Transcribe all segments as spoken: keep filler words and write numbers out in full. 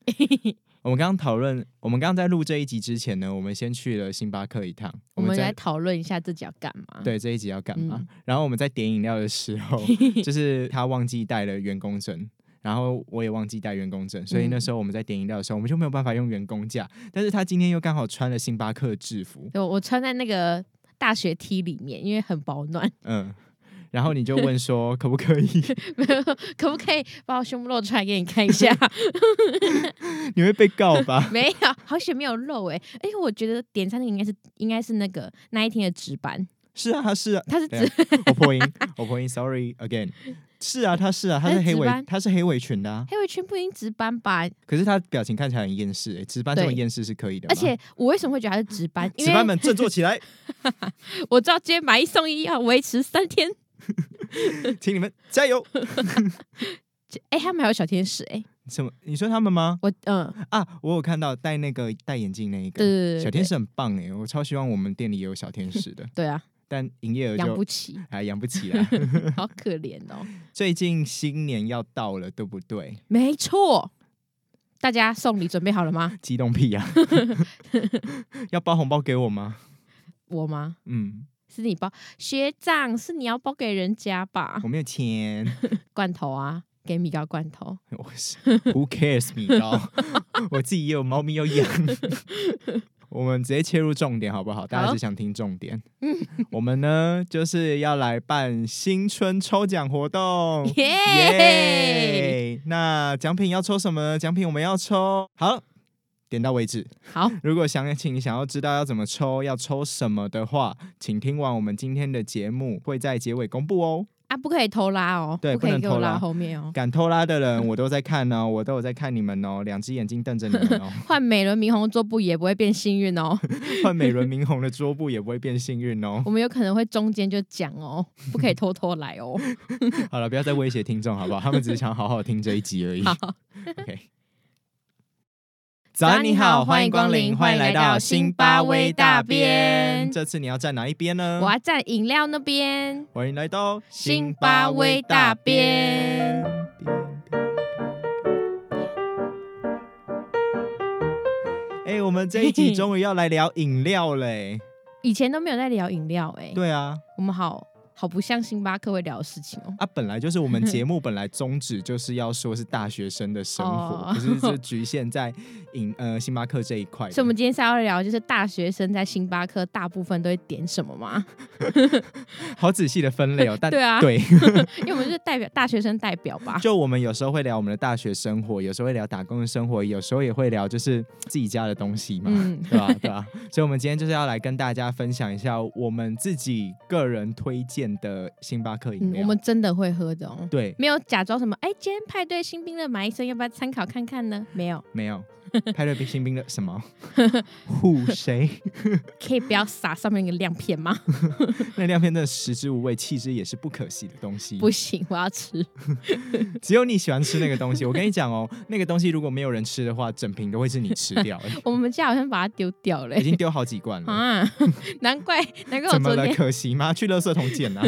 我们刚刚讨论，我们刚刚在录这一集之前呢，我们先去了星巴克一趟。 我们来讨论一下这集要干嘛。 对，这一集要干嘛？嗯、然后我们在点饮料的时候，就是他忘记带了员工证，然后我也忘记带员工证，所以那时候我们在点饮料的时候，我们就没有办法用员工价。但是他今天又刚好穿了星巴克制服， 我我穿在那个大学 T 里面，因为很保暖。 嗯。然后你就问说可不可以可不可以把我胸部露出来给你看一下？ 你会被告吧？ 没有，好险没有露哎、欸！而且我觉得点餐的应该是应该是那个那一天的值班。 是啊，他是啊， 他是值我破音，我破音 ，sorry again。是啊，他是啊，他是黑尾，他是黑尾裙的啊。 黑尾裙不一定值班吧？ 可是他表情看起来很厌世哎、欸，值班这么厌世是可以的吗？ 而且我为什么会觉得他是值班？ 值班们振作起来！ 我知道今天买一送一要维持三天。 请你们加油！ 哎、欸，他们还有小天使哎、欸， 什么？你说他们吗？ 我嗯啊，我有看到戴那个戴眼镜那一个， 对对对， 小天使很棒哎，我超希望我们店里也有小天使的。 对啊， 但营业额就养不起， 还养不起啦， 好可怜哦。 最近新年要到了，对不对？ 没错，大家送礼准备好了吗？ 激动屁啊！要包红包给我吗？ 我吗？ 嗯。 是你包，学长是你要包给人家吧？ 我没有钱。 罐头啊，给米糕罐头。 我是 Who cares 米糕？我自己也有猫咪要养。我们直接切入重点好不好？大家只想听重点。我们呢就是要来办新春抽奖活动，耶、yeah! yeah! 那奖品要抽什么呢？奖品我们要抽好。点到为止。 好， 如果想请想要知道要怎么抽，要抽什么的话，请听完我们今天的节目，会在结尾公布哦。 啊，不可以偷拉哦， 对， 不可以给我拉后面哦。 敢偷拉的人，我都在看哦，我都有在看你们哦，两只眼睛瞪着你们哦。 换美轮明宏桌布也不会变幸运哦。 换美轮明宏的桌布也不会变幸运哦。 我们有可能会中间就讲哦，不可以偷偷来哦。 好了，不要再威胁听众好不好？他们只是想好好听这一集而已。 好 ，OK。早安，你好，欢迎光临，欢迎来到星巴威大边。这次你要站哪一边呢？ 我要站饮料那边。 欢迎来到星巴威大边。 哎、欸，我们这一集终于要来聊饮料嘞！ 以前都没有在聊饮料哎。 对啊， 我们好。好不像星巴克会聊的事情哦。 啊，本来就是我们节目本来宗旨就是要说是大学生的生活， 哦、 可是就局限在饮呃星巴克这一块。 所以我们今天是要聊，就是大学生在星巴克大部分都会点什么吗？ 好仔细的分类哦，但对啊， 对， 因为我们是代表大学生代表吧。 就我们有时候会聊我们的大学生活，有时候会聊打工的生活，有时候也会聊就是自己家的东西嘛，嗯、对吧？对吧？所以我们今天就是要来跟大家分享一下我们自己个人推荐的星巴克饮料、 嗯，我们真的会喝的哦。 对， 没有假装什么，哎，今天派对新兵的买一升，要不要参考看看呢？没有， 没有。派对新兵的什么？Who 谁？ 可以不要撒上面一个亮片吗？ 那亮片真的食之无味，弃之也是不可惜的东西。 不行，我要吃。 只有你喜欢吃那个东西。我跟你讲哦，那个东西如果没有人吃的话，整瓶都会是你吃掉。 我们家好像把它丢掉了， 已经丢好几罐了啊！难怪，难怪我怎么了？可惜吗？去垃圾桶捡啊！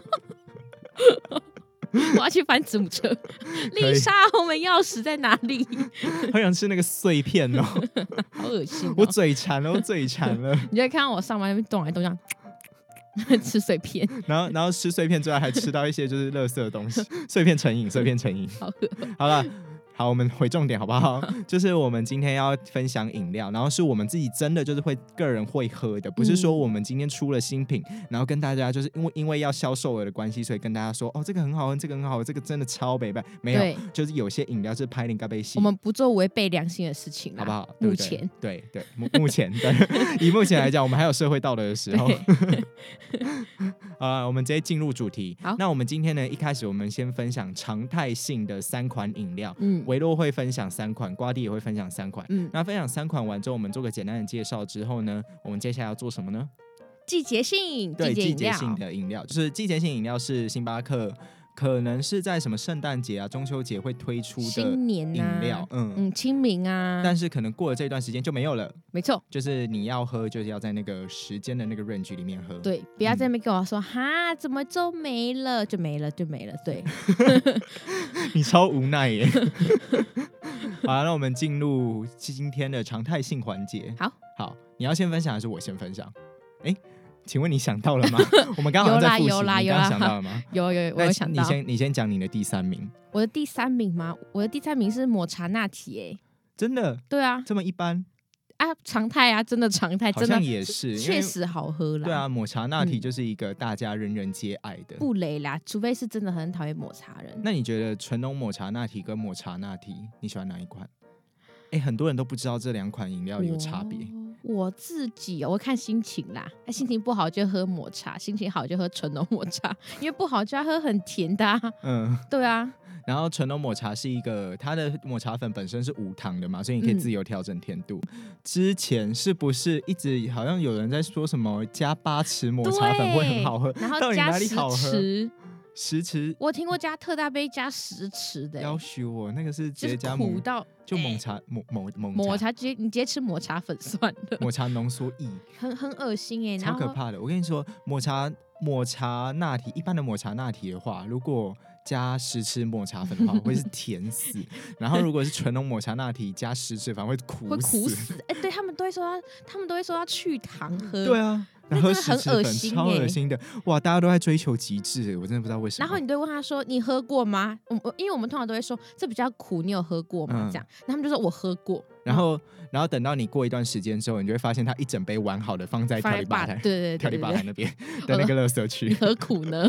我要去翻子母车。丽莎，我们钥匙在哪里？ 好想吃那个碎片哦， 好恶心、哦！ 我嘴馋了，我嘴馋了。 你就会看到我上班那边动来动去，吃碎片， 然后然后吃碎片之外，还吃到一些就是垃圾的东西，碎片成瘾，碎片成瘾。 好恶。 好了。好，我们回重点好不好？就是我们今天要分享饮料，然后是我们自己真的就是会个人会喝的，不是说我们今天出了新品，然后跟大家就是因为因为要销售额的关系，所以跟大家说哦这个很好喝，这个很好喝，这个真的超北拜，没有，就是有些饮料是拍零咖啡系， 我们不做违背良心的事情啦， 好不好？ 目前对对目目前对，以目前来讲，我们还有社会道德的时候。好了，我们直接进入主题。 好， 那我们今天呢，一开始我们先分享常态性的三款饮料， 嗯。 维洛会分享三款，瓜地也会分享三款。 嗯， 那分享三款完之后，我们做个简单的介绍之后呢，我们接下来要做什么呢？ 季节性， 对，季节节性的饮料，就是季节性饮料是星巴克可能是在什么圣诞节啊、中秋节会推出的新年饮料， 啊、 嗯嗯，清明啊， 但是可能过了这段时间就没有了。 没错， 就是你要喝，就是要在那个时间的那个 range 里面喝。 对，不要在那边跟我说、嗯、哈，怎么就没了，就没了，就没了。对， 你超无奈耶。 好，那我们进入今天的常态性环节。 好， 好，你要先分享还是我先分享？哎，请问你想到了吗？我们刚刚在复习， 有啦你刚刚想到了吗？ 有有，我有想到。 你先，你先讲你的第三名。 我的第三名吗？我的第三名是抹茶拿铁，哎， 真的？ 对啊， 这么一般啊，常态啊，真的常态，真的也是， 确实好喝啦。 对啊，抹茶拿铁就是一个大家人人皆爱的， 不雷啦，除非是真的很讨厌抹茶人。 那你觉得纯浓抹茶拿铁跟抹茶拿铁，你喜欢哪一款？哎，很多人都不知道这两款饮料有差别。 我自己、哦、我看心情啦，心情不好就喝抹茶，心情好就喝纯浓抹茶，因为不好就要喝很甜的、啊。嗯，对啊。 然后纯浓抹茶是一个，它的抹茶粉本身是无糖的嘛，所以你可以自由调整甜度。嗯、之前是不是一直好像有人在说什么加八匙抹茶粉会很好喝？ 然后加十匙。 十匙， 我听过加特大杯加十匙的、欸， 要求我那个是直接加苦到就抹茶抹抹抹抹茶直接你直接吃抹茶粉算了， 抹茶浓缩液， 很很恶心哎、欸， 超可怕的。我跟你说，抹茶抹茶拿铁一般的抹茶拿铁的话，如果加十匙抹茶粉的话，会是甜死。然后如果是纯浓抹茶拿铁加十匙，反而会苦死。 会苦死！哎、欸，对他们都会说要，他们都会说要去糖喝。 对啊。 那真的很恶心、欸， 超恶心的哇！大家都在追求极致，我真的不知道为什么。 然后你就问他说：“你喝过吗？”因为我们通常都会说这比较苦，你有喝过吗？嗯、这样，然后他们就说我喝过。 然后，然后等到你过一段时间之后，你就会发现它一整杯完好的放在调理吧台， 对对对， 调理吧台那边的那个垃圾区。 你何苦呢？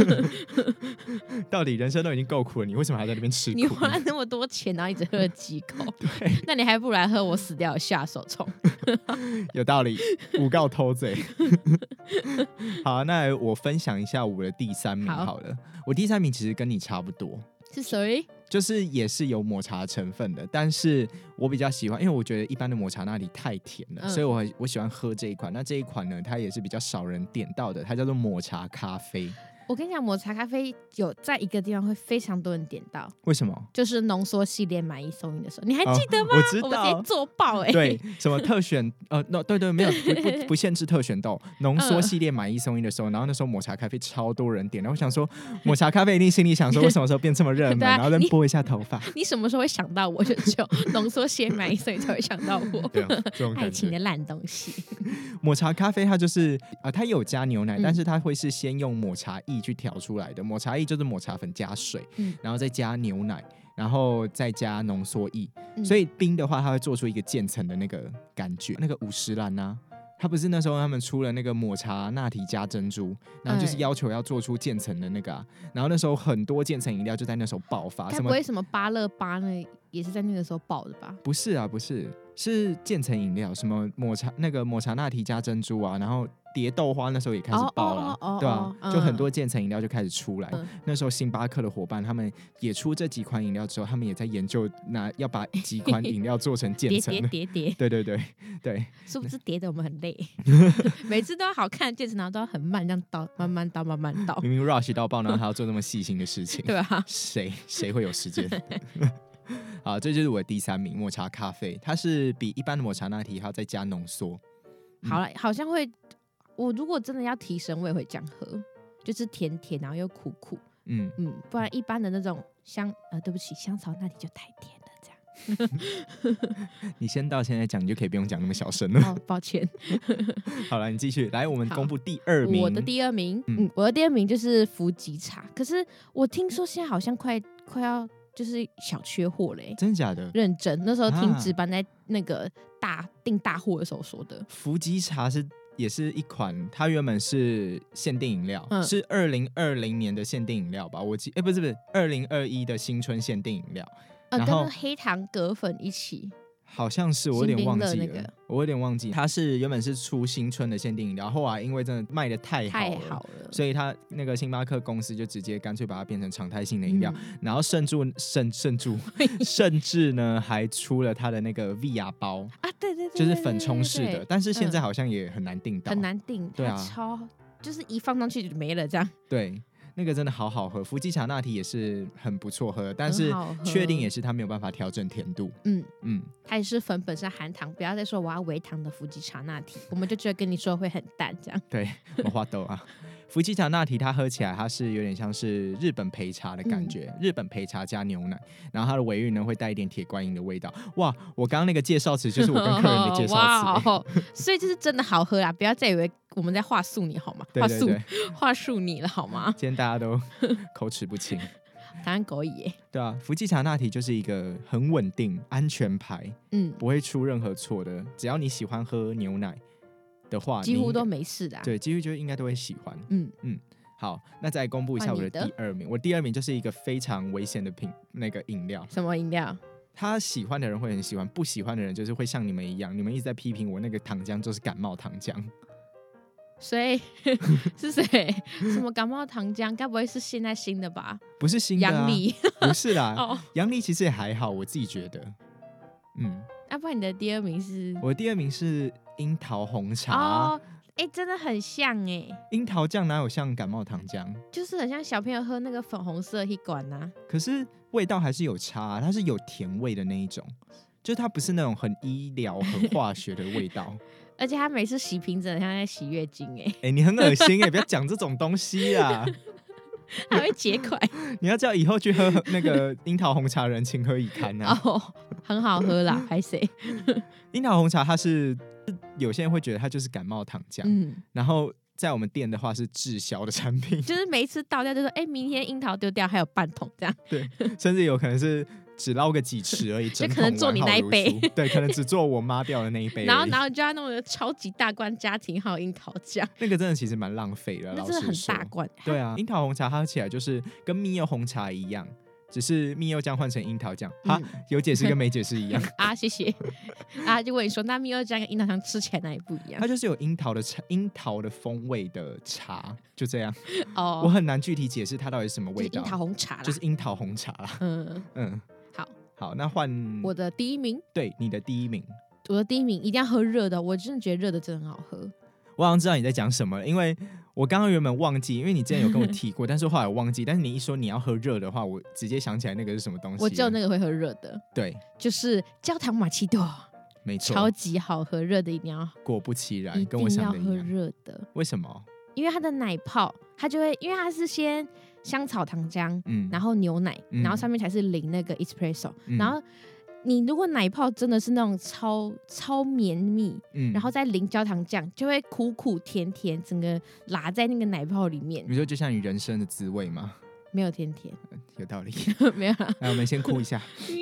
到底人生都已经够苦了，你为什么还在那边吃苦？ 你花了那么多钱，然后一直喝了几口， 对， 那你还不如来喝我死掉的下手虫。 有道理，诬告偷嘴。好，那我分享一下我的第三名好了。好，我第三名其实跟你差不多， 是谁？ 就是也是有抹茶成分的，但是我比较喜欢，因为我觉得一般的抹茶拿铁太甜了，嗯、所以我我喜欢喝这一款。那这一款呢，它也是比较少人点到的，它叫做抹茶咖啡。 我跟你讲，抹茶咖啡有在一个地方会非常多人点到， 为什么？ 就是浓缩系列买一送一的时候，你还记得吗？ 哦、我知道， 我们直接做爆哎、欸。 对，什么特选呃，no, 对对，没有不不不限制特选豆，浓缩系列买一送一的时候，然后那时候抹茶咖啡超多人点，然后我想说，抹茶咖啡一定心里想说，我什么时候变这么热门？啊、然后再拨一下头发。 你什么时候会想到我？就只有浓缩系列买一送一才会想到我。 对、啊，这种爱情的烂东西。 抹茶咖啡它就是呃，它有加牛奶，嗯、但是它会是先用抹茶液去调出来的。抹茶液就是抹茶粉加水，嗯、然后再加牛奶，然后再加浓缩液，嗯、所以冰的话，它会做出一个渐层的那个感觉。那个五十岚啊，它不是那时候他们出了那个抹茶拿铁加珍珠，然后就是要求要做出渐层的那个、啊，然后那时候很多渐层饮料就在那时候爆发。 该不会什么芭乐芭那也是在那个时候爆的吧？ 不是啊，不是，是渐层饮料，什么抹茶那个抹茶拿铁加珍珠啊，然后。蝶豆花那时候也开始爆了， oh, oh, oh, oh, 对吧、啊？ oh, oh, 就很多渐层饮料就开始出来。嗯、那时候星巴克的伙伴他们也出这几款饮料之后，他们也在研究那要把几款饮料做成渐层。 叠叠叠叠， 对对对对。 是不是叠的我们很累？每次都要好看的渐层，然后都要很慢，这样倒，慢慢倒，慢慢倒。 明明 rush 到爆，然后还要做那么细心的事情， 对啊， 谁谁会有时间？好，这就是我的第三名抹茶咖啡，它是比一般的抹茶拿铁还要再加浓缩。 嗯、好了，好像会。我如果真的要提神，我也会这样喝，就是甜甜，然后又苦苦，嗯嗯，不然一般的那种香呃，对不起，香草拿铁就太甜了，这样。 你先到现在讲，你就可以不用讲那么小声了。 哦，抱歉。 好了，你继续来，我们公布第二名。 我的第二名，嗯，嗯我的第二名就是伏吉茶，可是我听说现在好像快快要就是小缺货嘞、欸， 真的假的？ 认真，那时候听值班在那个大订大货的时候说的。 伏吉茶是。也是一款，它原本是限定饮料，嗯、是二零二零年的限定饮料吧？我记，哎，不是不是，二零二一的新春限定饮料， 呃，然后跟黑糖葛粉一起， 好像是我有点忘记了， 那个、 我有点忘记，它是原本是出新春的限定饮料，后来因为真的卖的太好了， 太好了， 所以它那个星巴克公司就直接干脆把它变成常态性的饮料，嗯、然后甚至甚甚至甚至呢还出了它的那个 V R 包啊，对对 对, 对, 对, 对， 就是粉冲式的，但是现在好像也很难订到， 嗯、很难订， 对啊， 超就是一放上去就没了这样， 对。那个真的好好喝，伏吉茶拿铁也是很不错喝，但是确定也是它没有办法调整甜度。嗯嗯，它也是粉本身含糖，不要再说我要微糖的伏吉茶拿铁，我们就觉得跟你说会很淡这样。 对，我花豆啊。 福吉茶拿铁它喝起来它是有点像是日本焙茶的感觉、嗯、日本焙茶加牛奶，然后它的尾韵呢会带一点铁观音的味道。哇，我刚刚那个介绍词就是我跟客人的介绍词、欸哇，所以这是真的好喝啦，不要再以为我们在话术你好吗？ 对对对， 话术你了好吗？ 今天大家都口齿不清。 台湾狗野， 对啊，福吉茶拿铁就是一个很稳定、安全牌，嗯，不会出任何错的。只要你喜欢喝牛奶的话， 几乎都没事的、啊。 对，几乎就应该都会喜欢。嗯嗯，好，那再来公布一下我的第二名。我第二名就是一个非常危险的品那个饮料。 什么饮料？ 他喜欢的人会很喜欢，不喜欢的人就是会像你们一样，你们一直在批评我那个糖浆就是感冒糖浆。 谁是谁？什么感冒糖浆？该不会是现在新的吧？ 不是新的、啊， 杨梨不是啦。哦，杨梨其实也还好，我自己觉得。嗯， 要、啊、不然你的第二名是？ 我的第二名是樱桃红茶。 哦，哎、欸，真的很像哎、欸。 樱桃酱哪有像感冒糖浆？ 就是很像小朋友喝那个粉红色一罐呐。 可是味道还是有差、啊，它是有甜味的那一种，就是它不是那种很医疗、很化学的味道。 而且他每次洗瓶子很像在洗月经哎、欸， 哎、欸，你很恶心哎、欸，不要讲这种东西啊！ 还会结块。 你要叫以后去喝那个樱桃红茶的人情何以堪啊？ 哦，很好喝啦，拍谁？ 樱桃红茶它是有些人会觉得它就是感冒糖浆，嗯，然后在我们店的话是滞销的产品， 就是每一次倒掉就说，哎、欸，明天樱桃丢掉还有半桶这样。 对，甚至有可能是。只捞个几匙而已， 就可能做你那一杯， 对，可能只做我妈掉的那一杯。 然后，然后就要弄个超级大罐家庭号樱桃酱， 那个真的其实蛮浪费的， 那真的很大罐。 对啊，樱桃红茶喝起来就是跟蜜柚红茶一样，只是蜜柚酱换成樱桃酱。哈、嗯，有解释跟没解释一样啊？谢谢啊，就问你说，那蜜柚酱跟樱桃酱吃起来哪里不一样？ 它就是有樱桃的茶，樱桃的风味的茶，就这样。哦，我很难具体解释它到底是什么味道。 就是樱桃红茶啦， 就是樱桃红茶啦。嗯嗯。好，那换我的第一名。 对，你的第一名。 我的第一名一定要喝热的，我真的觉得热的真的很好喝。 我好像知道你在讲什么了，因为我刚刚原本忘记，因为你之前有跟我提过，但是后来我忘记。但是你一说你要喝热的话，我直接想起来那个是什么东西。 我只有那个会喝热的， 对， 就是焦糖玛奇朵， 没错， 超级好喝，热的一定要。 果不其然，跟我想的一样， 一定要喝热的。 为什么？ 因为它的奶泡，它就会，因为它是先香草糖浆，嗯，然后牛奶，嗯、然后上面才是淋那个 espresso，、嗯、然后。你如果奶泡真的是那种超超绵密、嗯，然后再淋焦糖酱，就会苦苦甜甜，整个拉在那个奶泡里面。 你说就像你人生的滋味吗？ 没有甜甜， 有道理。 没有啦。 来，我们先哭一下。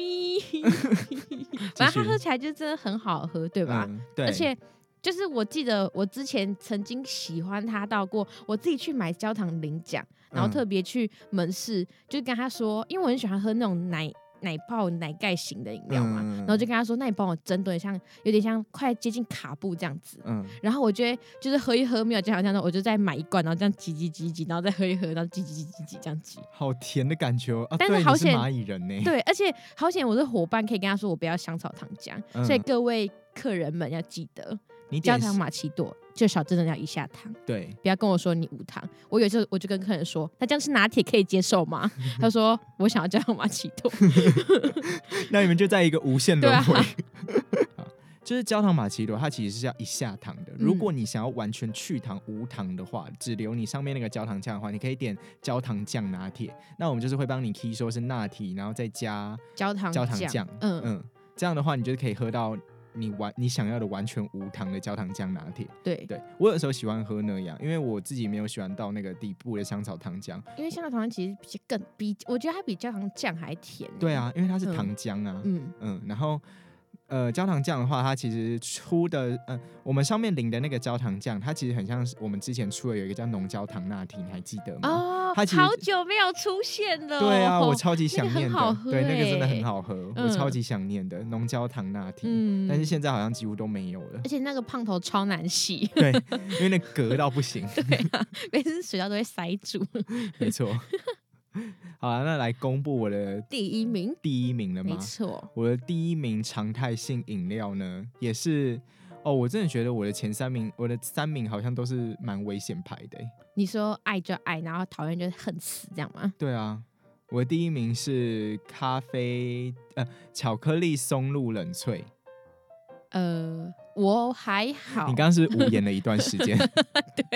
反正它喝起来就真的很好喝，对吧？嗯、对。而且就是我记得我之前曾经喜欢它到过，我自己去买焦糖淋酱，然后特别去门市，嗯、就跟他说，因为我很喜欢喝那种奶。奶泡奶盖型的饮料嘛、嗯，然后就跟他说，那你帮我蒸炖像有点像快接近卡布这样子，嗯，然后我觉得就是喝一喝没有焦糖酱，我就再买一罐，然后这样挤挤挤挤，然后再喝一喝，然后挤挤挤挤挤这样挤， 好甜的感觉哦。啊、 但是好险， 蚂蚁人呢？ 对，而且好险，我的伙伴可以跟他说我不要香草糖浆、嗯，所以各位客人们要记得，你焦糖玛奇朵最少真的要一下糖， 对， 不要跟我说你无糖。我有时候我就跟客人说，那这样是拿铁可以接受吗？他说我想要焦糖玛奇朵。 那你们就在一个无限轮回。啊、就是焦糖玛奇朵，它其实是要一下糖的。如果你想要完全去糖无糖的话，只留你上面那个焦糖酱的话，你可以点焦糖酱拿铁。那我们就是会帮你 key 说是拿铁，然后再加焦糖焦糖酱，嗯嗯，这样的话你就可以喝到。你完你想要的完全无糖的焦糖酱拿铁， 对对，我有时候喜欢喝那样，因为我自己没有喜欢到那个底部的香草糖浆， 因为香草糖浆其实比更比，我觉得它比焦糖酱还甜。 对啊，因为它是糖浆啊，嗯嗯，然后呃焦糖酱的话，它其实出的呃我们上面淋的那个焦糖酱，它其实很像我们之前出的有一个叫浓焦糖拿铁，你还记得吗？ 哦，它好久没有出现了。 对啊，我超级想念的， 那個、很好喝对，那个真的很好喝，嗯、我超级想念的浓焦糖拿铁、嗯，但是现在好像几乎都没有了。 而且那个胖头超难洗， 对，因为那隔到不行， 对啊，每次水道都会塞住。 没错。好了，那来公布我的第一名， 第一名了吗？ 没错， 我的第一名常态性饮料呢，也是哦，我真的觉得我的前三名，我的三名好像都是蛮危险牌的。 你说爱就爱，然后讨厌就恨死，这样吗？ 对啊，我的第一名是咖啡呃巧克力松露冷萃。 呃，我还好。 你刚刚是无言了一段时间。 对、啊。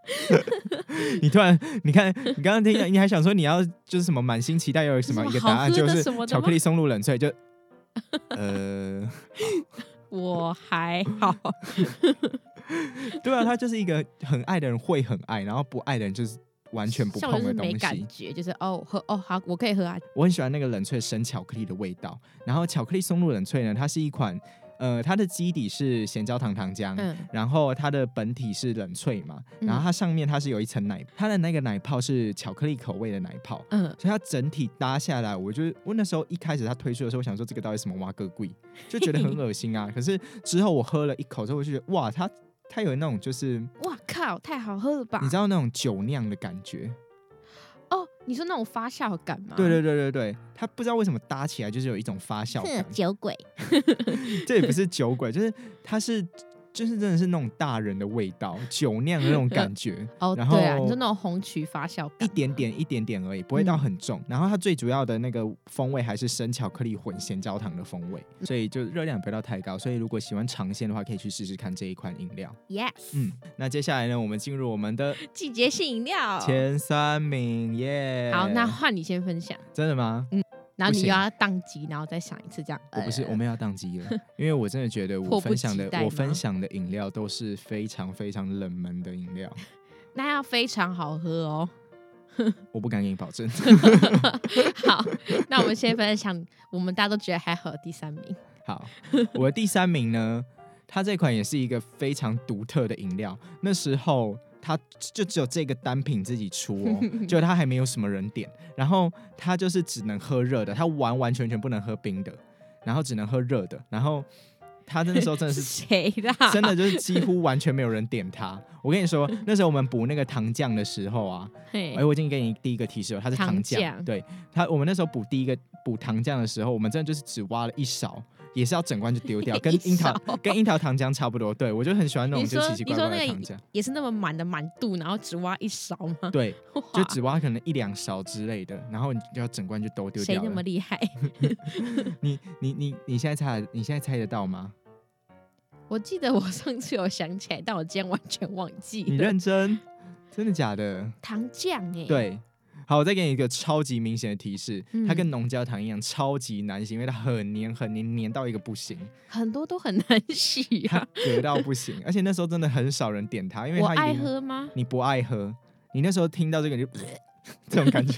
你突然，你看，你刚刚听，你还想说你要就是什么满心期待有什么一个答案，就是巧克力松露冷萃，就呃， 我还好。 对啊，他就是一个很爱的人会很爱，然后不爱的人就是完全不碰的东西。 像我就是没感觉，就是哦喝哦好，我可以喝啊。 我很喜欢那个冷萃生巧克力的味道，然后巧克力松露冷萃呢，它是一款。呃，它的基底是咸焦糖糖浆，嗯、然后它的本体是冷萃嘛，嗯、然后它上面它是有一层奶，它的那个奶泡是巧克力口味的奶泡，嗯，所以它整体搭下来，我就我那时候一开始它推出的时候，我想说这个到底什么蛙哥贵，就觉得很恶心啊。可是之后我喝了一口之后，我就觉得哇，它它有那种就是哇靠，太好喝了吧？ 你知道那种酒酿的感觉。 哦，你说那种发酵感吗？ 对对对对对，它不知道为什么搭起来就是有一种发酵感。 酒鬼， 这也不是酒鬼，就是它是就是真的是那种大人的味道，酒酿的那种感觉。 哦， 然后对啊，你说那种红曲发酵感， 一点点一点点而已，不会到很重。嗯、然后它最主要的那个风味还是生巧克力混咸焦糖的风味，所以就热量不要到太高。所以如果喜欢尝鲜的话，可以去试试看这一款饮料。 Yes， 嗯，那接下来呢，我们进入我们的季节性饮料前三名耶。 Yeah 好，那换你先分享。 真的吗？ 嗯。然后你又要宕机，然后再想一次这样。 我不是，我们要宕机了，因为我真的觉得我分享的我分享的饮料都是非常非常冷门的饮料。 那要非常好喝哦。 我不敢给你保证。 好，那我们先分享我们大家都觉得还好的第三名。 好，我的第三名呢，它这款也是一个非常独特的饮料。那时候它就只有这个单品自己出哦，就它还没有什么人点，然后它就是只能喝热的，它完完全全不能喝冰的，然后只能喝热的，然后它那时候真的是谁啦？ 真的就是几乎完全没有人点它。我跟你说，那时候我们补那个糖酱的时候啊，哎，我已经给你第一个提示了，它是糖酱。对，它我们那时候补第一个补糖酱的时候，我们真的就是只挖了一勺。也是要整罐就丢掉，跟樱桃跟樱桃糖浆差不多。对，我就很喜欢那种就奇奇怪怪的糖浆， 也是那么满的满肚，然后只挖一勺吗？ 对，就只挖可能一两勺之类的，然后你就要整罐就都丢掉了。 谁那么厉害？ 你你你你现在猜你现在猜得到吗？ 我记得我上次有想起来，但我今天完全忘记了。 你认真？真的假的？ 糖酱哎、欸。 对。好，我再给你一个超级明显的提示，嗯、它跟浓胶糖一样超级难洗，因为它很黏很黏，黏到一个不行。 很多都很难洗啊， 隔到不行。而且那时候真的很少人点它，因为它我爱喝吗？ 你不爱喝，你那时候听到这个你就这种感觉，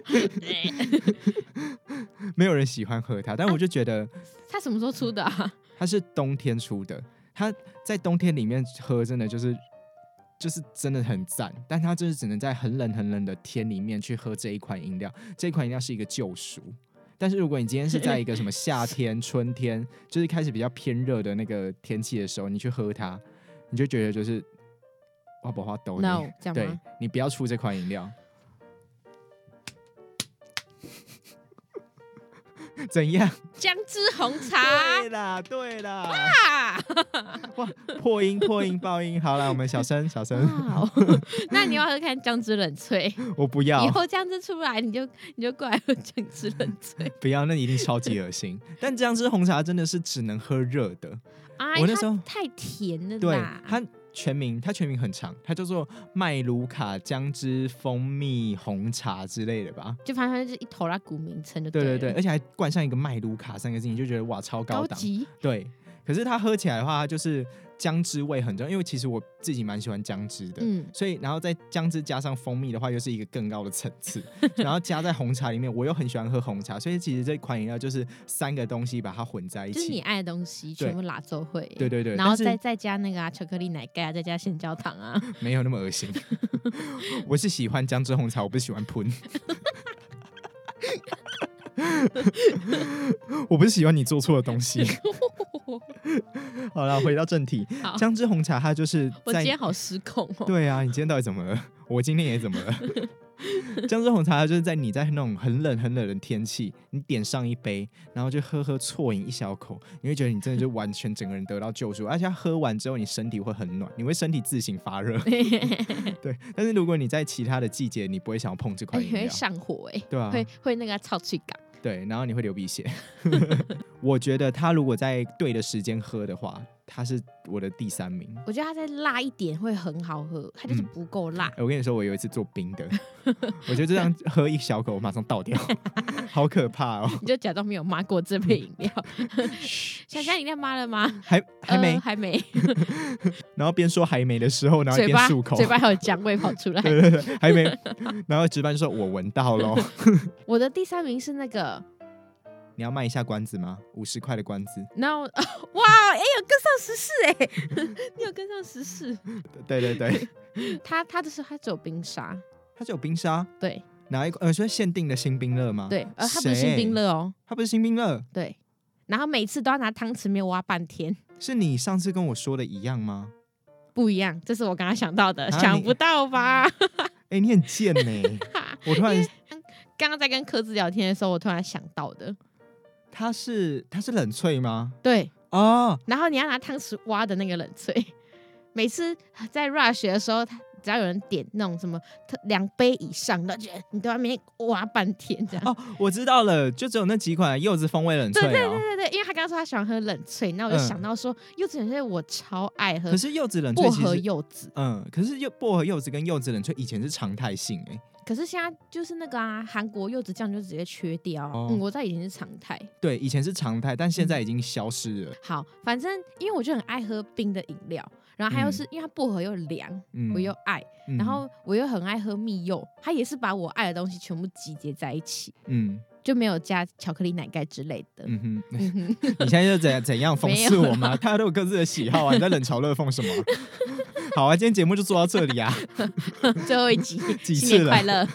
没有人喜欢喝它。但我就觉得， 它什么时候出的啊？ 它是冬天出的，它在冬天里面喝真的就是。就是真的很赞，但它就是只能在很冷很冷的天里面去喝这一款饮料。这一款饮料是一个救赎，但是如果你今天是在一个什么夏天、春天，就是开始比较偏热的那个天气的时候，你去喝它，你就觉得就是花不花抖 ？No， 这样吗？ 对，你不要出这款饮料。怎样？ 姜汁红茶。 对啦，对啦。哇！破音，破音，爆音。好了，我们小声，小声。 好，那你要喝看姜汁冷萃。 我不要。 以后姜汁出来，你就你就过来喝姜汁冷萃。 不要，那一定超级恶心。但姜汁红茶真的是只能喝热的。 哎， 我那时候太甜了啦。 对，它全名它全名很长，它叫做麦卢卡姜汁蜂蜜红茶之类的吧， 就反正就是一头拉股名称就对了。 对对对，而且还冠上一个麦卢卡三个字，你就觉得哇超高档。 高级。 对，可是它喝起来的话，它就是姜汁味很重，因为其实我自己蛮喜欢姜汁的，嗯，所以然后在姜汁加上蜂蜜的话，又是一个更高的层次。然后加在红茶里面，我又很喜欢喝红茶，所以其实这款饮料就是三个东西把它混在一起， 就是你爱的东西全部拉奏会。 对对对， 然后再再加那个啊巧克力奶盖啊，再加咸焦糖啊， 没有那么恶心。我是喜欢姜汁红茶，我不是喜欢喷。我不是喜欢你做错的东西。好了，回到正题。姜汁红茶它就是在我今天好失控哦。 对啊，你今天到底怎么了？我今天也怎么了？姜汁红茶它就是在你在那种很冷很冷的天气，你点上一杯，然后就喝喝啜饮一小口，你会觉得你真的就完全整个人得到救赎，而且喝完之后你身体会很暖，你会身体自行发热。对，但是如果你在其他的季节，你不会想要碰这款饮料， 会上火哎、欸， 对啊， 会会那个臭气感。 对，然后你会流鼻血。我觉得他如果在对的时间喝的话， 它是我的第三名。 我觉得它再辣一点会很好喝，它就是不够辣、 嗯、我跟你说我有一次做冰的我就这样喝一小口我马上倒掉好可怕哦。 你就假装没有骂过这杯饮料想想饮料骂了吗？ 还还没、 呃、还没然后边说还没的时候然后一边漱口， 嘴巴还有姜味跑出来对对对还没然后值班就说我闻到咯我的第三名是那个， 你要卖一下关子吗？五十块的关子。 然后、呃、哇，哎、欸，有跟上时事哎、欸，你有跟上时事。 对对对， 他他的是他只有冰沙， 他只有冰沙。 对， 哪一呃，所以限定的新冰乐吗？ 对，呃，他不是新冰乐哦， 他不是新冰乐。 对，然后每次都要拿汤匙面挖半天。 是你上次跟我说的一样吗？ 不一样，这是我刚刚想到的，啊、想不到吧？ 哎、欸，你很贱呢、欸！我突然刚刚在跟柯子聊天的时候，我突然想到的。 它是它是冷萃吗？ 对哦， 然后你要拿汤匙挖的那个冷萃，每次在 rush 的时候，只要有人点那种什么两杯以上的，觉得你都在那边挖半天这样。 哦，我知道了，就只有那几款柚子风味冷萃、哦。 对对对对对，因为他刚刚说他喜欢喝冷萃，那我就想到说、嗯、柚子冷萃我超爱喝。 可是柚子冷萃薄荷柚子， 嗯，可是柚薄荷柚子跟柚子冷萃以前是常态性哎、欸。 可是现在就是那个啊，韩国柚子酱就直接缺掉、哦嗯。我在以前是常态， 对，以前是常态，但现在已经消失了。 嗯、好，反正因为我就很爱喝冰的饮料，然后还有是、嗯、因为它薄荷又凉、嗯，我又爱、嗯，然后我又很爱喝蜜柚，它也是把我爱的东西全部集结在一起，嗯，就没有加巧克力奶盖之类的。嗯哼，嗯哼你现在就怎怎样讽刺我吗？大家都有各自的喜好啊，你在冷嘲热讽什么？好啊，今天节目就做到这里啊， 最后一集， 几次了， 新年快乐。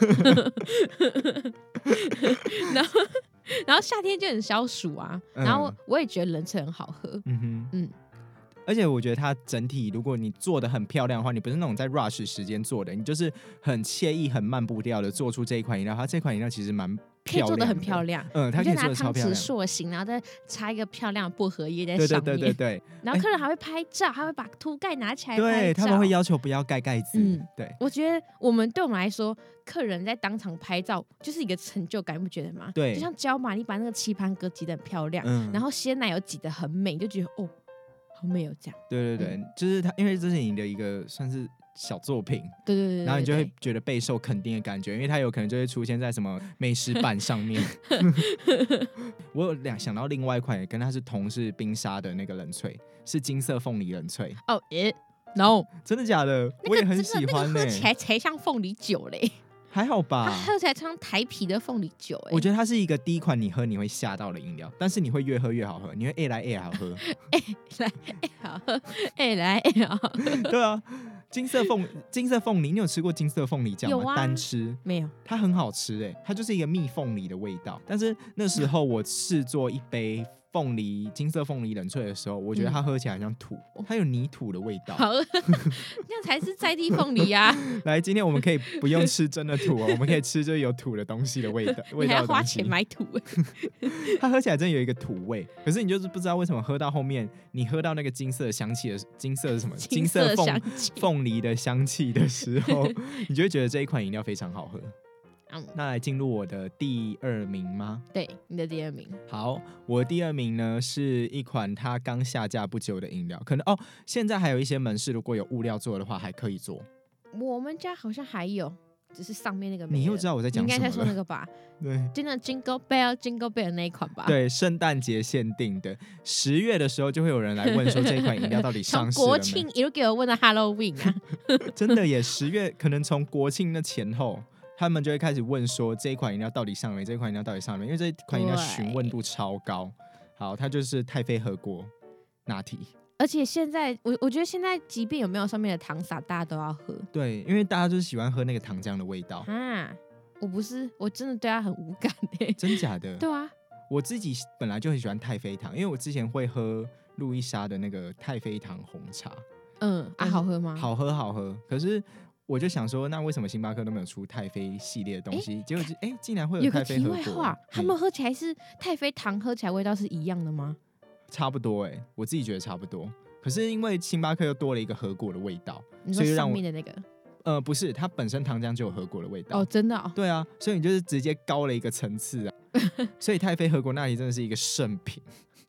然后，然后夏天就很消暑啊，然后我也觉得冷萃很好喝。嗯哼，嗯。 而且我觉得它整体，如果你做的很漂亮的话，你不是那种在 rush 时间做的，你就是很惬意、很慢步调的做出这一款饮料。它这款饮料其实蛮可以做的很漂亮， 嗯，它可以做的超漂亮。 就拿汤匙塑形，然后再插一个漂亮的薄荷叶在上面， 对对对对对。 然后客人还会拍照，还会把涂盖拿起来拍照。 对，他们会要求不要盖盖子。嗯，对。 我觉得我们对我们来说，客人在当场拍照就是一个成就感，你不觉得吗？ 对， 就像椒麻，你把那个棋盘格挤得很漂亮，嗯、然后鲜奶油挤得很美，你就觉得哦。好美哦，这样。 对对对、嗯，就是它，因为这是你的一个算是小作品， 对对 对, 對， 然后你就会觉得备受肯定的感觉，因为它有可能就会出现在什么美食版上面。我有两想到另外一款，也跟它是同是冰沙的那个冷萃，是金色凤梨冷萃。 哦耶 ，no， 真的假的？ 那個、 我也很喜欢呢、欸。 那個、喝起来才像凤梨酒嘞。 还好吧， 它喝起来像台啤的凤梨酒、欸， 我觉得它是一个第一款你喝你会吓到的饮料，但是你会越喝越好喝，你会越来越好喝， 越来越好喝，越来越好喝。 对啊，金色凤金色凤梨，你有吃过金色凤梨酱吗？ 有啊， 单吃没有？ 它很好吃哎、欸，它就是一个蜜凤梨的味道。但是那时候我试做一杯凤梨金色凤梨冷萃的时候，我觉得它喝起来很像土，嗯、它有泥土的味道。 好，那样才是在地凤梨啊！ 来，今天我们可以不用吃真的土哦，我们可以吃就有土的东西的味道。味道的东西， 你还要花钱买土、欸？ 它喝起来真的有一个土味，可是你就是不知道为什么喝到后面，你喝到那个金色香气的金色是什么？ 金色凤凤梨的香气的时候，你就会觉得这一款饮料非常好喝。嗯、那来进入我的第二名吗？ 对，你的第二名。 好，我的第二名呢是一款它刚下架不久的饮料，可能哦，现在还有一些门市如果有物料做的话还可以做。 我们家好像还有，只是上面那个没了。 你又知道我在讲什么了？ 你应该在说那个吧？ 对， 真的 Jingle Bell Jingle Bell 那一款吧？ 对，圣诞节限定的，十月的时候就会有人来问说这款饮料到底上市了没？ 国庆一路给我问到 Halloween 啊， 真的耶，十月可能从国庆那前后。他们就会开始问说这一款饮料到底上了没？这一款饮料到底上了没？因为这一款饮料询问度超高。好，它就是太妃核果拿铁。 而且现在我我觉得现在即便有没有上面的糖撒，大家都要喝。 对，因为大家就是喜欢喝那个糖浆的味道。 啊，我不是，我真的对它很无感欸。 真假的？ 对啊， 我自己本来就很喜欢太妃糖，因为我之前会喝路易莎的那个太妃糖红茶。 嗯啊，好喝吗？ 好喝，好喝。可是。我就想说，那为什么星巴克都没有出太妃系列的东西？结果哎、欸，竟然会有太妃核果。有个题外话， 他们喝起来是太妃糖，喝起来味道是一样的吗？ 差不多哎、欸，我自己觉得差不多。可是因为星巴克又多了一个核果的味道， 你说上面的那个？ 呃，不是，它本身糖浆就有核果的味道。 哦，真的、哦？ 对啊，所以你就是直接高了一个层次啊。所以太妃核果那里真的是一个圣品。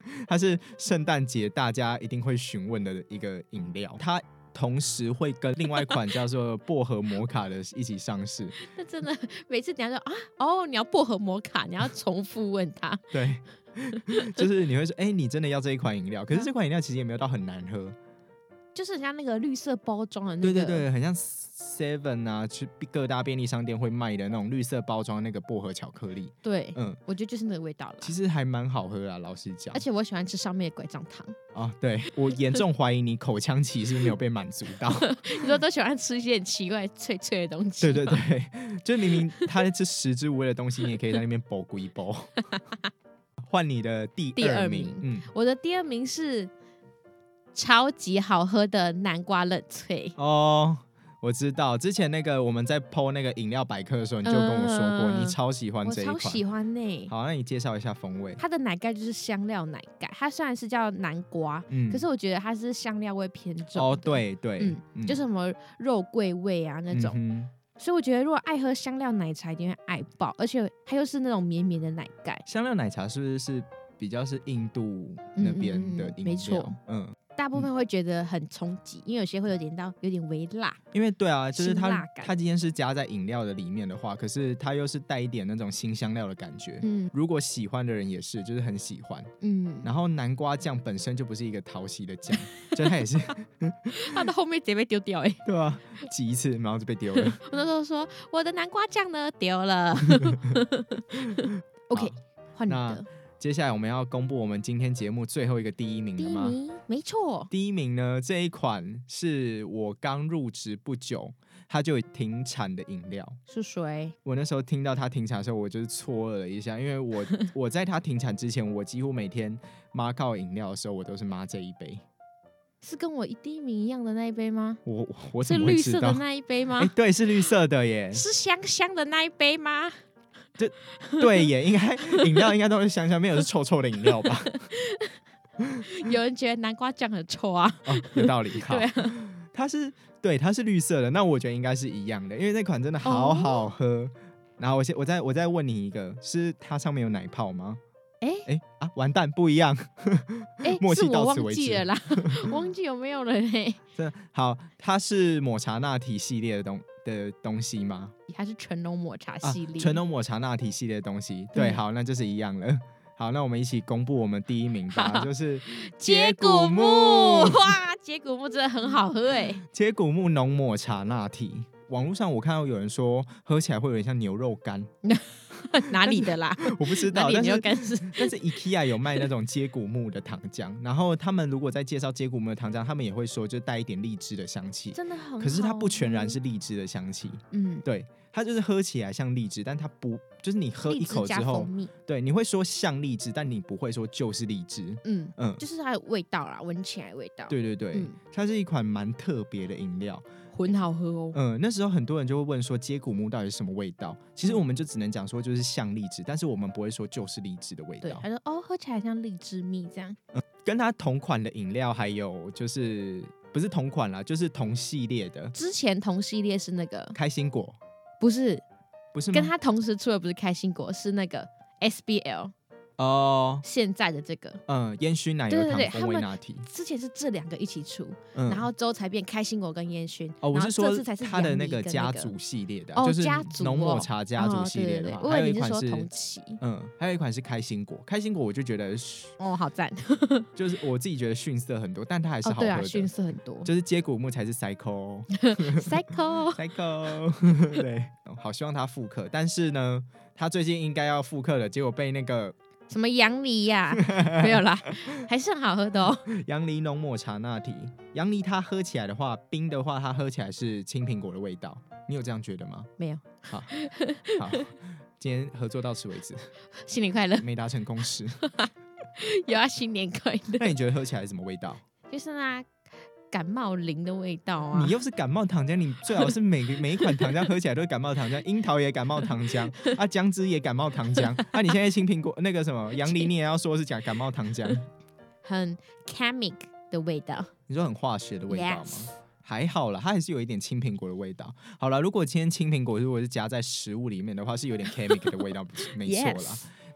它是圣诞节大家一定会询问的一个饮料，它同时会跟另外一款叫做薄荷摩卡的一起上市。 那真的每次你要说啊，哦，你要薄荷摩卡，你要重复问他。 对，就是你会说，哎、欸，你真的要这一款饮料？可是这款饮料其实也没有到很难喝， 就是很像那个绿色包装的那个。 对对对，很像 Seven 啊，去各大便利商店会卖的那种绿色包装那个薄荷巧克力。 对，嗯，我觉得就是那个味道了。 其实还蛮好喝啊，老实讲。 而且我喜欢吃上面的拐杖糖。 哦，对，我严重怀疑你口腔期是不是没有被满足到？ 你说都喜欢吃一些很奇怪脆脆的东西。 对对对，就明明它是食之无味的东西，你也可以在那边剥龟剥。换你的第二名， 第二名，嗯，我的第二名是超级好喝的南瓜冷萃。 哦，我知道，之前那个我们在 po 那个饮料百科的时候，你就跟我说过，嗯、你超喜欢这一款。 我超喜欢呢、欸。 好，那你介绍一下风味。 它的奶盖就是香料奶盖，它虽然是叫南瓜，嗯、可是我觉得它是香料味偏重。 哦，对对， 嗯，嗯就是什么肉桂味啊那种。嗯所以我觉得，如果爱喝香料奶茶，一定会爱爆，而且它又是那种绵绵的奶盖。 香料奶茶是不是是比较是印度那边的饮料？嗯嗯嗯没错， 嗯，大部分会觉得很冲击，因为有些会有点到有点微辣。 因为对啊，就是它它今天是加在饮料的里面的话，可是它又是带一点那种新香料的感觉。嗯，如果喜欢的人也是，就是很喜欢。嗯，然后南瓜酱本身就不是一个讨喜的酱，就它也是， 它的后面直接被丢掉哎、欸。 对啊，挤一次然后就被丢了。 我那时候说我的南瓜酱呢丢了。OK， 换你的。 接下来我们要公布我们今天节目最后一个第一名了吗？ 第一名，没错。 第一名呢，这一款是我刚入职不久，它就停产的饮料。 是谁？ 我那时候听到它停产的时候，我就是错愕了一下，因为我我在它停产之前，我几乎每天妈靠饮料的时候，我都是妈这一杯。 是跟我第一名一样的那一杯吗？ 我我怎么会知道？ 是绿色的那一杯吗？ 欸、对，是绿色的耶。 是香香的那一杯吗？ 就对耶，应该饮料应该都是香香，没有是臭臭的饮料吧？ 有人觉得南瓜酱很臭啊？ 哦，有道理。 对啊， 它是对，它是绿色的，那我觉得应该是一样的，因为那款真的好好喝。哦、然后我先我再我再问你一个，是它上面有奶泡吗？哎、欸、哎、欸、啊，完蛋，不一样。 哎、欸， 默契到此为止。 是我忘记了啦，忘记有没有了嘞。 真的好，它是抹茶拿铁系列的东的东西吗？ 它是纯浓抹茶系列， 啊、纯浓抹茶拿铁系列的东西。对，好，那就是一样了。好，那我们一起公布我们第一名吧，就是接骨木。哇，接骨木真的很好喝哎！ 接骨木浓抹茶拿铁，网络上我看到有人说喝起来会有点像牛肉干。 哪里的啦？ 我不知道， 但是但是 IKEA 有卖那种接骨木的糖浆，然后他们如果在介绍接骨木的糖浆，他们也会说就带一点荔枝的香气， 真的很好。 可是它不全然是荔枝的香气，嗯，对，它就是喝起来像荔枝，但它不，就是你喝一口之后，对，你会说像荔枝，但你不会说就是荔枝， 嗯嗯，就是它的味道啦，闻起来的味道。 对对对，嗯、它是一款蛮特别的饮料。 很好喝哦。 嗯，那时候很多人就会问说接骨木到底是什么味道？其实我们就只能讲说就是像荔枝，但是我们不会说就是荔枝的味道。 对，他说哦，喝起来像荔枝蜜这样。 嗯，跟它同款的饮料还有就是不是同款啦，就是同系列的。 之前同系列是那个开心果， 不是不是吗？ 跟它同时出的不是开心果，是那个 S B L。哦，现在的这个， 嗯，烟熏奶油糖风味拿铁， 之前是这两个一起出，嗯、然后之后才变开心果跟烟熏。 哦，我是说它的那个家族系列的， 哦、 就是家族浓抹茶家族系列的嘛。 哦、对对对还有一款是同期， 嗯，还有一款是开心果，开心果我就觉得哦，好赞， 就是我自己觉得逊色很多，但它还是好喝的。 哦、对啊，逊色很多， 就是接骨木才是 cycle cycle cycle， 对，好希望它复刻，但是呢，它最近应该要复刻了，结果被那个。 什么杨梨呀、啊？没有啦，还是很好喝的哦。 杨梨浓抹茶拿铁，杨梨它喝起来的话，冰的话，它喝起来是青苹果的味道。你有这样觉得吗？ 没有。 好，好，今天合作到此为止。 新年快乐！ 没达成共识。 有啊，新年快乐。 那你觉得喝起来是什么味道？ 就是那感冒灵的味道啊！ 你又是感冒糖浆，你最好是每每一款糖浆喝起来都是感冒糖浆，樱桃也感冒糖浆，啊姜汁也感冒糖浆，啊你现在青苹果那个什么杨梨，你也要说是讲感冒糖浆， 很 chemic 的味道。 你说很化学的味道吗？ Yes. 还好啦，它还是有一点青苹果的味道。好啦，如果今天青苹果如果是夹在食物里面的话，是有点 chemic 的味道，没错啦。Yes.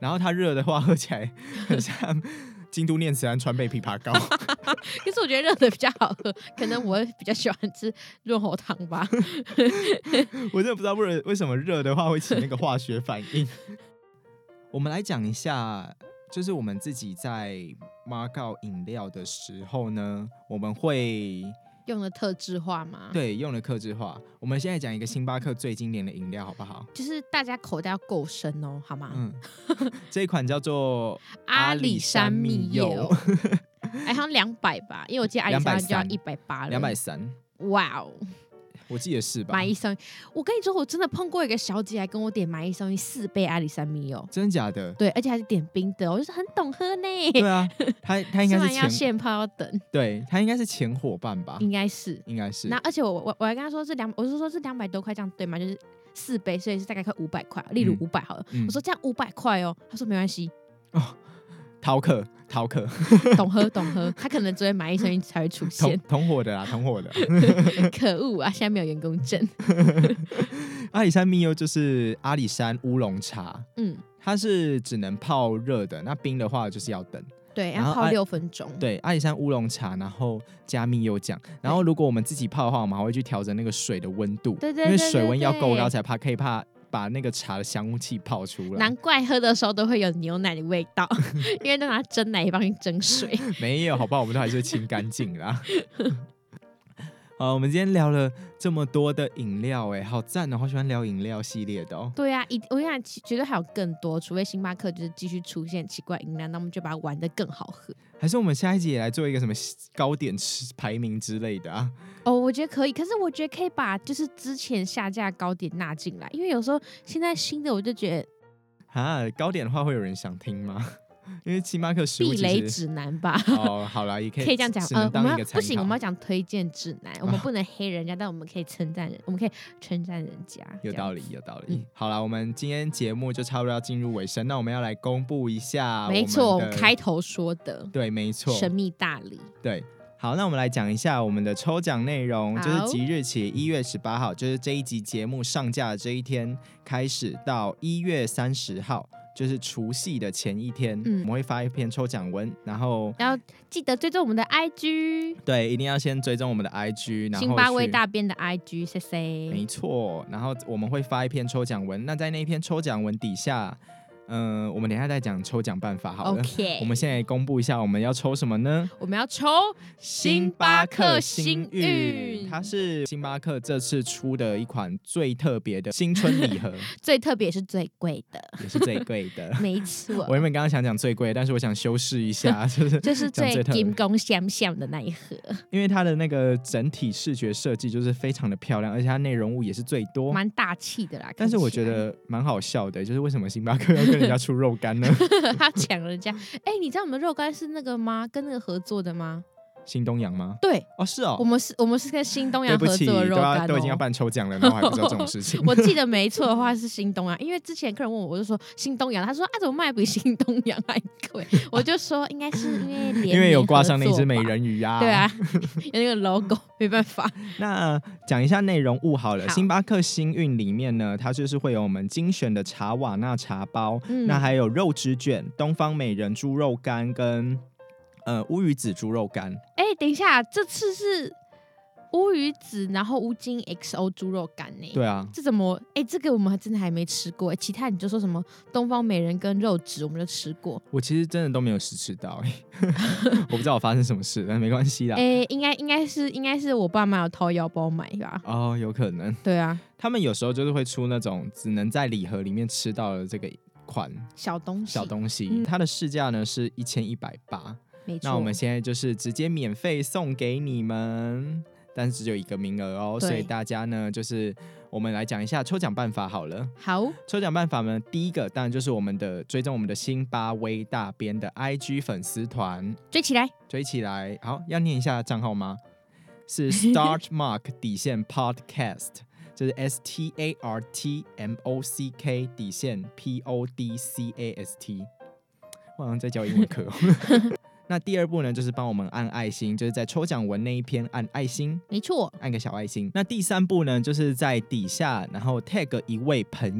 然后它热的话喝起来很像京都念慈庵川贝枇杷膏。 可是我觉得热的比较好喝，可能我比较喜欢吃润喉糖吧。 我真的不知道为为什么热的话会起那个化学反应。我们来讲一下，就是我们自己在马告饮料的时候呢，我们会用的特制化吗？ 对，用的客制化。我们现在讲一个星巴克最经典的饮料好不好？ 就是大家口袋要够深哦，好吗？ 嗯，这一款叫做阿里山蜜柚，哎，好像两百吧，因为我记得阿里山就要一百八了， 两百三。 哇哦！ 我记得是吧？ 买一送一，我跟你说，我真的碰过一个小姐，还跟我点买一送一四杯阿里山蜜柚， 真的假的？ 对，而且还是点冰的，我就是很懂喝呢。 对啊，他他应该是前要现泡要等， 对他应该是前伙伴吧？ 应该是， 应该是。 那而且我我我还跟他说是两，我是说是两百多块这样对吗？就是四杯，所以是大概快五百块，例如五百好了。嗯、我说这样五百块哦，他说没关系。哦， 饕客。饕客懂喝懂喝，他可能只会买一送一才会出现。 同伙的啦，同伙的。 可恶啊！现在没有员工证。 阿里山蜜柚就是阿里山乌龙茶，嗯，它是只能泡热的，那冰的话就是要等。 对，要泡六分钟。 对，阿里山乌龙茶，然后加蜜柚酱，然后如果我们自己泡的话，我们还会去调整那个水的温度， 对对对对对， 因为水温要够高才怕可以怕。把那个茶的香气泡出来， 难怪喝的时候都会有牛奶的味道，因为都拿蒸奶帮你蒸水。 没有，好不好？我们都还是会清干净啦。好，我们今天聊了这么多的饮料，哎，好赞哦！好喜欢聊饮料系列的哦。 对啊，我跟你讲，绝对还有更多，除非星巴克就是继续出现奇怪饮料，那我们就把它玩得更好喝。 还是我们下一集也来做一个什么糕点吃排名之类的啊？ 哦，我觉得可以，可是我觉得可以把就是之前下架糕点纳进来，因为有时候现在新的我就觉得啊，糕点的话会有人想听吗？因为星巴克食物避雷指南吧。 哦，好啦，也可以可以这样讲。呃，我们不行，我们要讲推荐指南，我们不能黑人家，但我们可以称赞人，我们可以称赞人家。 有道理，有道理。嗯、好啦，我们今天节目就差不多要进入尾声，那我们要来公布一下， 没错，我们开头说的， 对，没错， 神秘大礼， 对。好，那我们来讲一下我们的抽奖内容，就是即日起一月十八号，就是这一集节目上架的这一天开始，到一月三十号，就是除夕的前一天，嗯、我们会发一篇抽奖文，然后要记得追踪我们的 I G， 对，一定要先追踪我们的 I G， 然后星巴威大边的 I G， 谢谢。 没错，然后我们会发一篇抽奖文，那在那篇抽奖文底下。嗯、呃，我们等一下再讲抽奖办法好了。 Okay. 我们现在公布一下，我们要抽什么呢？ 我们要抽星巴克星运， 它是星巴克这次出的一款最特别的新春礼盒， 最特别是最贵的， 也是最贵的， 没错。 我原本刚刚想讲最贵，但是我想修饰一下，就是就是最金光闪闪的那一盒， 因为它的那个整体视觉设计就是非常的漂亮，而且它内容物也是最多， 蛮大气的啦。 但是我觉得蛮好笑的，就是为什么星巴克要跟人家出肉干呢？ 他抢人家，哎、欸，你知道我们的肉干是那个吗？跟那个合作的吗？ 新东阳吗？ 对， 哦，是哦， 我们是，我们是跟新东阳合作的肉干、哦， 对不起，都, 都已经要办抽奖了，然后还不知道这种事情。 我记得没错的话是新东阳，因为之前客人问我，我就说新东阳，他说啊怎么卖比新东阳还贵？我就说应该是因为联因为有挂上那只美人鱼啊， 对啊，有那个 logo， 没办法。 那讲一下内容物好了，好星巴克星运里面呢，它就是会有我们精选的茶瓦纳茶包，嗯、那还有肉汁卷、东方美人猪肉干跟。呃，乌鱼子猪肉干。 哎、欸，等一下，这次是乌鱼子，然后乌金 X O 猪肉干呢？ 对啊， 这怎么？哎、欸，这个我们还真的还没吃过。其他你就说什么东方美人跟肉质，我们就吃过。 我其实真的都没有试吃到、欸，我不知道我发生什么事，但没关系啦。 哎、欸，应该应该是应该是我爸妈有掏腰包买吧？ 哦，有可能。 对啊， 他们有时候就是会出那种只能在礼盒里面吃到的这个款小东西， 小东西，嗯、它的市价呢是一千一百八。那我们现在就是直接免费送给你们，但是只有一个名额哦，所以大家呢就是我们来讲一下抽奖办法好了。 好， 抽奖办法呢，第一个当然就是我们的追踪我们的星巴威大边的 I G 粉丝团， 追起来， 追起来。好，要念一下账号吗？是 Start Mark 底线 Podcast， 就是 S T A R T M O C K 底线 P O D C A S T。我好像在教英文课、哦。那第二步呢，就是帮我们按爱心，就是在抽奖文那一篇按爱心， 没错， 按个小爱心。那第三步呢，就是在底下然后 tag 一位朋友，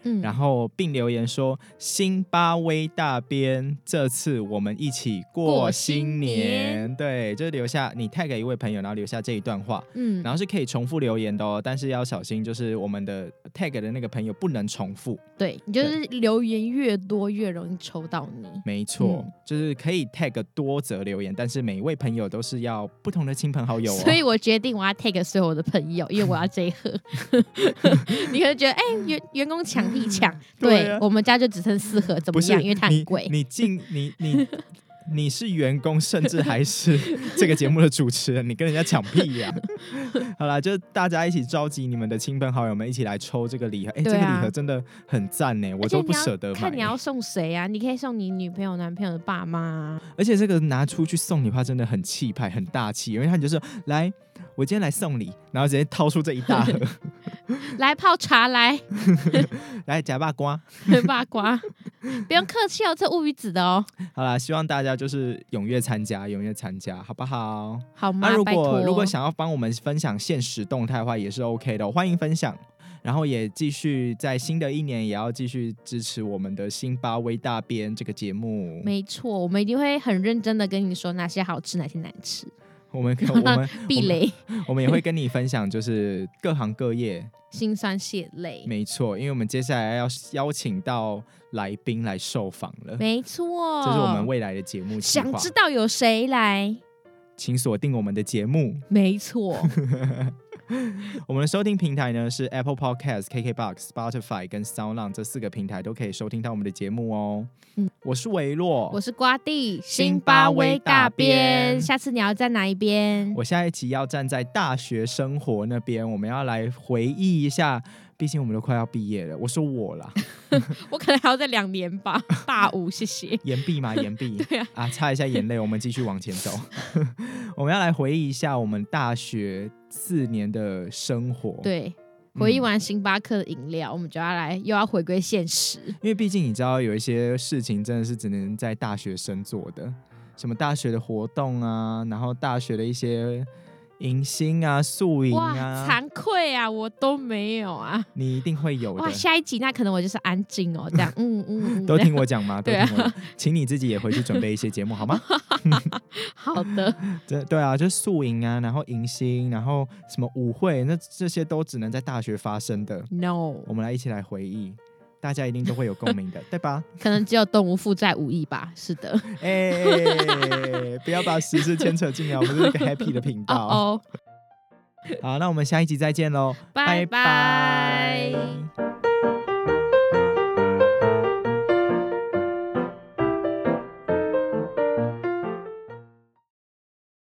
嗯、然后并留言说辛巴威大边这次我们一起过新年，过新年对，就是留下你 tag 一位朋友然后留下这一段话，嗯，然后是可以重复留言的哦，但是要小心就是我们的 tag 的那个朋友不能重复， 对，你就是留言越多越容易抽到你， 没错、嗯、就是可以 tag 多则留言，但是每一位朋友都是要不同的亲朋好友哦， 所以我决定我要 tag 所有的朋友，因为我要这一盒你可能觉得哎、欸，员员工抢屁抢，对、啊、对，我们家就只剩四盒，怎么样？因为它很贵。 你进你你你是员工，甚至还是这个节目的主持人，你跟人家抢屁呀、啊！好啦，就大家一起召集你们的亲朋好友们一起来抽这个礼盒。哎、欸啊，这个礼盒真的很赞呢，我都不舍得买。 看你要送谁啊？你可以送你女朋友、男朋友的爸妈、啊。 而且这个拿出去送你的话，真的很气派、很大气，因为他就是来，我今天来送礼，然后直接掏出这一大盒。 来泡茶来来夹八瓜八瓜不用客气哦，这乌鱼子的哦。 好啦，希望大家就是踊跃参加踊跃参加好不好？ 好吗？ 那、啊、如果如果想要帮我们分享限时动态的话也是 OK 的、哦、欢迎分享，然后也继续在新的一年也要继续支持我们的辛巴威大边这个节目。 没错，我们一定会很认真的跟你说哪些好吃哪些难吃， 我们我们避雷我们, 我们也会跟你分享就是各行各业辛酸血泪。 没错，因为我们接下来要邀请到来宾来受访了。 没错， 这是我们未来的节目计划。 想知道有谁来， 请锁定我们的节目。 没错我们的收听平台呢是 Apple Podcast、K K B O X、Spotify 跟 SoundOn 这四个平台都可以收听到我们的节目哦。嗯、我是维洛， 我是瓜地，辛巴威大边。下次你要站哪一边？ 我下一期要站在大学生活那边，我们要来回忆一下，毕竟我们都快要毕业了。我说我啦， 我可能还要再两年吧，大五，谢谢。 延毕嘛，延毕。 对啊， 啊，擦一下眼泪，我们继续往前走。我们要来回忆一下我们大学四年的生活。 对。回忆完星巴克的饮料、嗯、我们就要来又要回归现实， 因为毕竟你知道有一些事情真的是只能在大学生做的，什么大学的活动啊，然后大学的一些迎新啊、宿营啊， 哇，惭愧啊，我都没有啊。 你一定会有的。 哇，下一集那可能我就是安静哦，这样，嗯嗯嗯， 都听我讲吗？都听我对啊， 请你自己也回去准备一些节目好吗？ 好的。 对对啊，就是宿营啊，然后迎新，然后什么舞会，那这些都只能在大学发生的。 No， 我们来一起来回忆。大家一定都会有共鸣的，对吧？ 可能只有东吴负债五亿吧。是的。 哎、欸，不要把时事牵扯进来，我们是一个 happy 的频道。 哦、oh, oh. 好，那我们下一集再见喽， 拜拜。